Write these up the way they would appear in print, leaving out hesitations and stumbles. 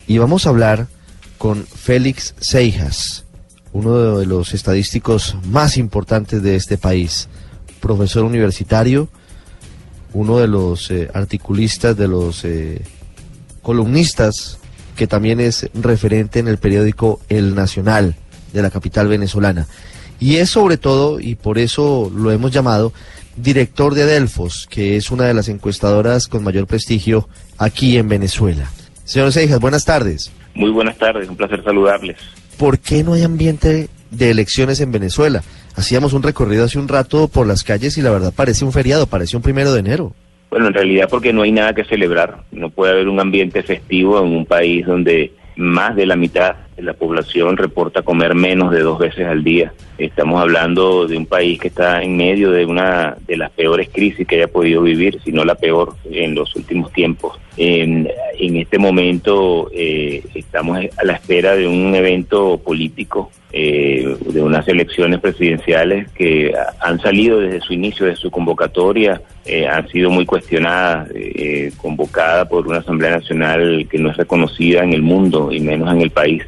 y vamos a hablar con Félix Seijas, uno de los estadísticos más importantes de este país, profesor universitario, uno de los articulistas, de los columnistas, que también es referente en el periódico El Nacional de la capital venezolana. Y es sobre todo, y por eso lo hemos llamado, director de Adelfos, que es una de las encuestadoras con mayor prestigio aquí en Venezuela. Señor Seijas, buenas tardes. Muy buenas tardes, un placer saludarles. ¿Por qué no hay ambiente de elecciones en Venezuela? Hacíamos un recorrido hace un rato por las calles y la verdad parece un feriado, parece un 1 de enero. Bueno, en realidad porque no hay nada que celebrar. No puede haber un ambiente festivo en un país donde más de la mitad de la población reporta comer menos de 2 veces al día. Estamos hablando de un país que está en medio de una de las peores crisis que haya podido vivir, si no la peor en los últimos tiempos. En este momento estamos a la espera de un evento político, de unas elecciones presidenciales que han salido desde su inicio, desde su convocatoria, han sido muy cuestionadas, convocada por una Asamblea Nacional que no es reconocida en el mundo y menos en el país.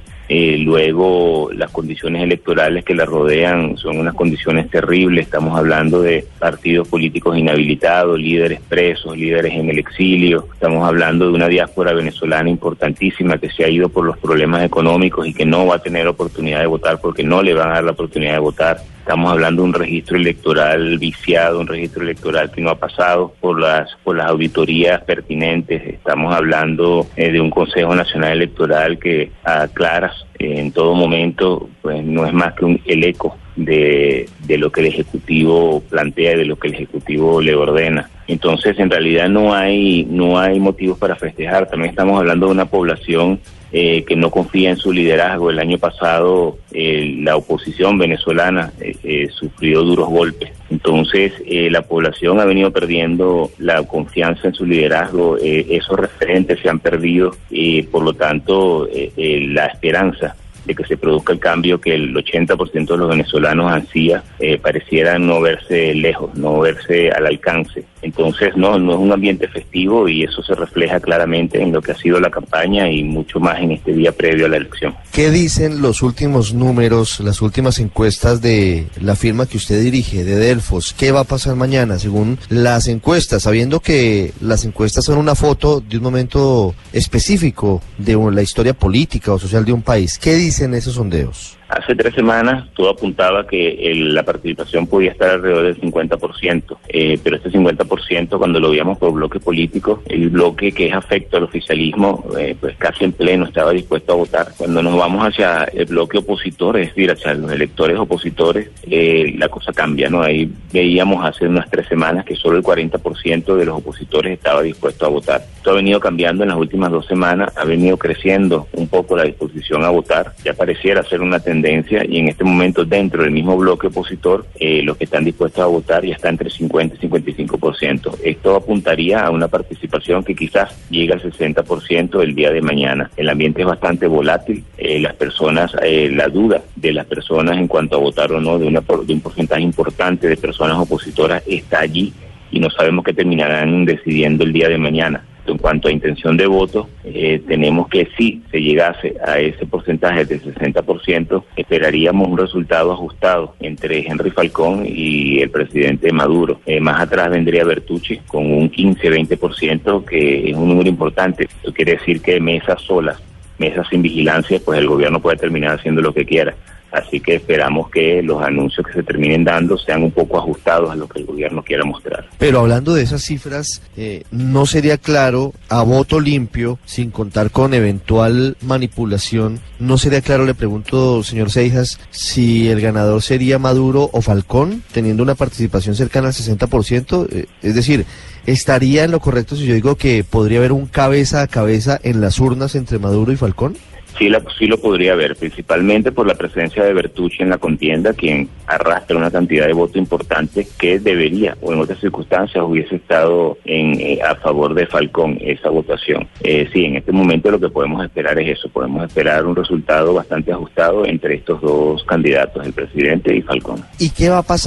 Luego las condiciones electorales que la rodean son unas condiciones terribles. Estamos hablando de partidos políticos inhabilitados, líderes presos, líderes en el exilio. Estamos hablando de una diáspora venezolana importantísima que se ha ido por los problemas económicos y que no va a tener oportunidad de votar porque no le van a dar la oportunidad de votar. Estamos hablando de un registro electoral viciado, un registro electoral que no ha pasado por las auditorías pertinentes. Estamos hablando de un Consejo Nacional Electoral que a claras en todo momento pues no es más que el eco de lo que el Ejecutivo plantea, de lo que el Ejecutivo le ordena. Entonces, en realidad no hay motivos para festejar. También estamos hablando de una población que no confía en su liderazgo. El año pasado la oposición venezolana sufrió duros golpes. Entonces la población ha venido perdiendo la confianza en su liderazgo. Esos referentes se han perdido y por lo tanto la esperanza de que se produzca el cambio que el 80% de los venezolanos ansía, pareciera no verse lejos, no verse al alcance. Entonces no es un ambiente festivo y eso se refleja claramente en lo que ha sido la campaña y mucho más en este día previo a la elección. ¿Qué dicen los últimos números, las últimas encuestas de la firma que usted dirige, de Adelfos? ¿Qué va a pasar mañana según las encuestas, sabiendo que las encuestas son una foto de un momento específico de la historia política o social de un país? ¿Qué dicen esos sondeos? Hace 3 semanas todo apuntaba que la participación podía estar alrededor del 50%, pero este 50% cuando lo veíamos por bloque político, el bloque que es afecto al oficialismo, pues casi en pleno estaba dispuesto a votar. Cuando nos vamos hacia el bloque opositor, es decir, hacia los electores opositores, la cosa cambia, ¿no? Ahí veíamos hace unas 3 semanas que solo el 40% de los opositores estaba dispuesto a votar. Esto ha venido cambiando en las últimas 2 semanas, ha venido creciendo un poco la disposición a votar, ya pareciera ser una tendencia y en este momento dentro del mismo bloque opositor los que están dispuestos a votar ya está entre 50 y 55%. Esto apuntaría a una participación que quizás llegue al 60% el día de mañana. El ambiente es bastante volátil, las personas, la duda de las personas en cuanto a votar o no, de un porcentaje importante de personas opositoras está allí y no sabemos qué terminarán decidiendo el día de mañana. En cuanto a intención de voto, tenemos que si se llegase a ese porcentaje del 60%, esperaríamos un resultado ajustado entre Henry Falcón y el presidente Maduro. Más atrás vendría Bertucci con un 15-20%, que es un número importante. Esto quiere decir que mesas solas, mesas sin vigilancia, pues el gobierno puede terminar haciendo lo que quiera. Así que esperamos que los anuncios que se terminen dando sean un poco ajustados a lo que el gobierno quiera mostrar. Pero hablando de esas cifras, ¿no sería claro, a voto limpio, sin contar con eventual manipulación, no sería claro, le pregunto, señor Seijas, si el ganador sería Maduro o Falcón, teniendo una participación cercana al 60%? Es decir, ¿estaría en lo correcto si yo digo que podría haber un cabeza a cabeza en las urnas entre Maduro y Falcón? Sí lo podría haber, principalmente por la presencia de Bertucci en la contienda, quien arrastra una cantidad de voto importante que debería, o en otras circunstancias, hubiese estado a favor de Falcón, esa votación. Sí, en este momento lo que podemos esperar es eso, podemos esperar un resultado bastante ajustado entre estos dos candidatos, el presidente y Falcón. ¿Y qué va a pasar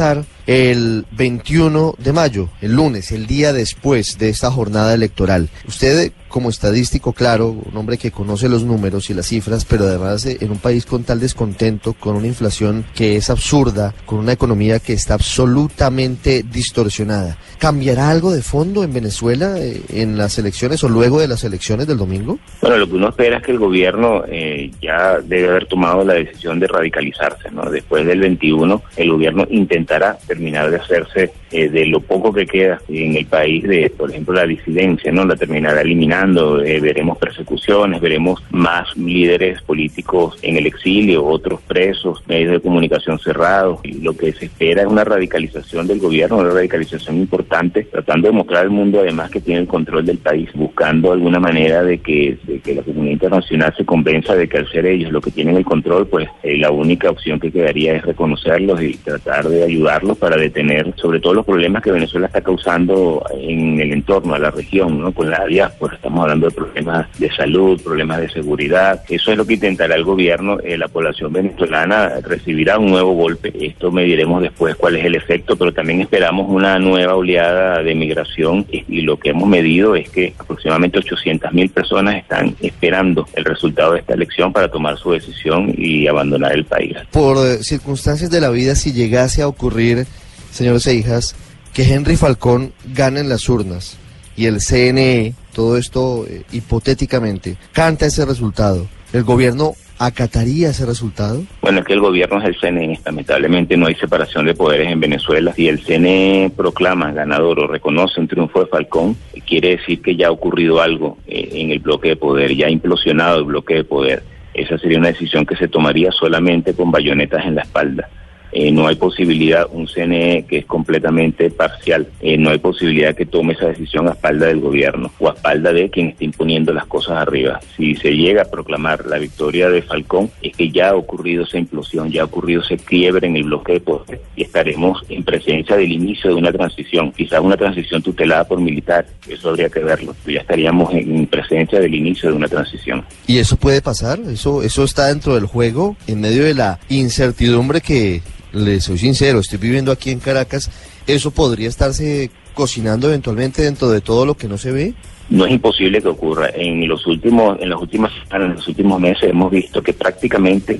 el 21 de mayo, el lunes, el día después de esta jornada electoral. Usted, como estadístico, claro, un hombre que conoce los números y las cifras, pero además en un país con tal descontento, con una inflación que es absurda, con una economía que está absolutamente distorsionada, ¿cambiará algo de fondo en Venezuela en las elecciones o luego de las elecciones del domingo? Bueno, lo que uno espera es que el gobierno ya debe haber tomado la decisión de radicalizarse, ¿no? Después del 21, el gobierno intentará terminar de hacerse de lo poco que queda en el país de, por ejemplo, la disidencia, ¿no? La terminará eliminando, veremos persecuciones, veremos más líderes políticos en el exilio, otros presos, medios de comunicación cerrados, y lo que se espera es una radicalización del gobierno, una radicalización importante, tratando de mostrar al mundo además que tiene el control del país, buscando alguna manera de que la comunidad internacional se convenza de que al ser ellos los que tienen el control, pues la única opción que quedaría es reconocerlos y tratar de ayudarlos para detener sobre todo los problemas que Venezuela está causando en el entorno, a la región, ¿no? Con la diáspora, estamos hablando de problemas de salud, problemas de seguridad. Eso es lo que intentará el gobierno. La población venezolana recibirá un nuevo golpe. Esto mediremos después cuál es el efecto, pero también esperamos una nueva oleada de migración, y lo que hemos medido es que aproximadamente 800.000 personas están esperando el resultado de esta elección para tomar su decisión y abandonar el país. Por circunstancias de la vida, si llegase a ocurrir, señor Seijas, que Henry Falcón gane en las urnas y el CNE, todo esto hipotéticamente, canta ese resultado, ¿el gobierno acataría ese resultado? Bueno, es que el gobierno es el CNE, lamentablemente no hay separación de poderes en Venezuela. Si el CNE proclama ganador o reconoce un triunfo de Falcón, quiere decir que ya ha ocurrido algo en el bloque de poder, ya ha implosionado el bloque de poder. Esa sería una decisión que se tomaría solamente con bayonetas en la espalda. No hay posibilidad, un CNE que es completamente parcial, no hay posibilidad que tome esa decisión a espalda del gobierno o a espalda de quien está imponiendo las cosas arriba. Si se llega a proclamar la victoria de Falcón, es que ya ha ocurrido esa implosión, ya ha ocurrido ese quiebre en el bloque de poder y estaremos en presencia del inicio de una transición, quizás una transición tutelada por militares, eso habría que verlo, pero ya estaríamos en presencia del inicio de una transición. ¿Y eso puede pasar? ¿Eso está dentro del juego, en medio de la incertidumbre que, les soy sincero, estoy viviendo aquí en Caracas? ¿Eso podría estarse cocinando eventualmente dentro de todo lo que no se ve? No es imposible que ocurra. En las últimas semanas, en los últimos meses hemos visto que prácticamente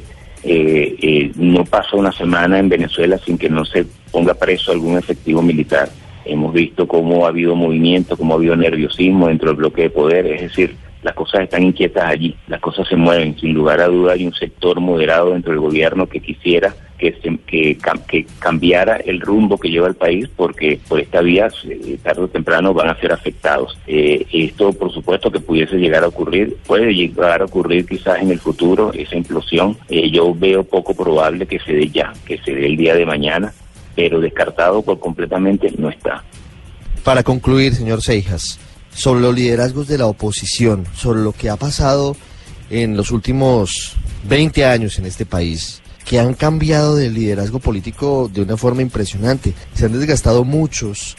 no pasa una semana en Venezuela sin que no se ponga preso algún efectivo militar. Hemos visto cómo ha habido movimiento, cómo ha habido nerviosismo dentro del bloque de poder, es decir, las cosas están inquietas allí, las cosas se mueven, sin lugar a duda hay un sector moderado dentro del gobierno que quisiera que cambiara el rumbo que lleva el país, porque por esta vía tarde o temprano van a ser afectados. Esto por supuesto que pudiese llegar a ocurrir, puede llegar a ocurrir quizás en el futuro, esa implosión. Yo veo poco probable que se dé ya, que se dé el día de mañana, pero descartado por completamente no está. Para concluir, señor Seijas, sobre los liderazgos de la oposición, sobre lo que ha pasado en los últimos 20 años en este país, que han cambiado de liderazgo político de una forma impresionante. Se han desgastado muchos.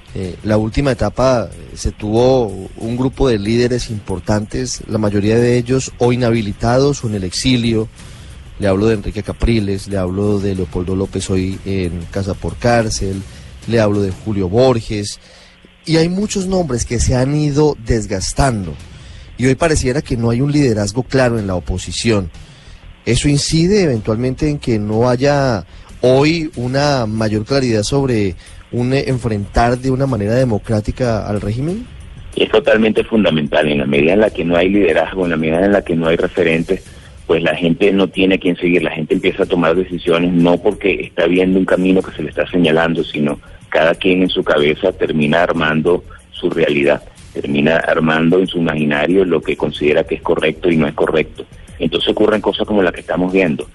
La última etapa se tuvo un grupo de líderes importantes, la mayoría de ellos o inhabilitados o en el exilio. Le hablo de Enrique Capriles, le hablo de Leopoldo López hoy en casa por cárcel, le hablo de Julio Borges. Y hay muchos nombres que se han ido desgastando. Y hoy pareciera que no hay un liderazgo claro en la oposición. ¿Eso incide eventualmente en que no haya hoy una mayor claridad sobre un enfrentar de una manera democrática al régimen? Es totalmente fundamental. En la medida en la que no hay liderazgo, en la medida en la que no hay referentes, pues la gente no tiene a quién seguir. La gente empieza a tomar decisiones no porque está viendo un camino que se le está señalando, sino cada quien en su cabeza termina armando su realidad, termina armando en su imaginario lo que considera que es correcto y no es correcto. Entonces ocurren cosas como las que estamos viendo.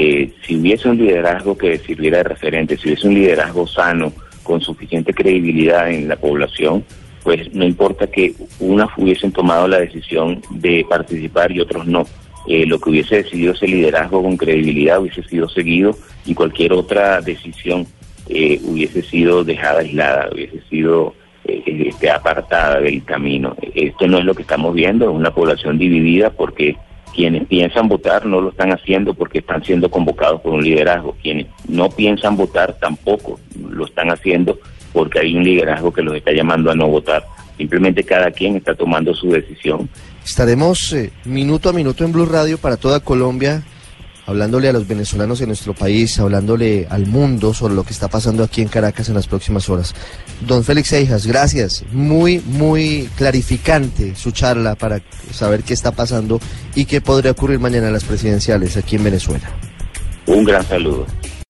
Si hubiese un liderazgo que sirviera de referente, si hubiese un liderazgo sano, con suficiente credibilidad en la población, pues no importa que unas hubiesen tomado la decisión de participar y otros no. Lo que hubiese decidido ese liderazgo con credibilidad hubiese sido seguido y cualquier otra decisión hubiese sido dejada aislada, hubiese sido apartada del camino. Esto no es lo que estamos viendo, es una población dividida porque Quienes piensan votar no lo están haciendo porque están siendo convocados por un liderazgo. Quienes no piensan votar tampoco lo están haciendo porque hay un liderazgo que los está llamando a no votar. Simplemente cada quien está tomando su decisión. Estaremos minuto a minuto en Blue Radio para toda Colombia, hablándole a los venezolanos en nuestro país, hablándole al mundo sobre lo que está pasando aquí en Caracas en las próximas horas. Don Félix Seijas, gracias. Muy clarificante su charla para saber qué está pasando y qué podría ocurrir mañana en las presidenciales aquí en Venezuela. Un gran saludo.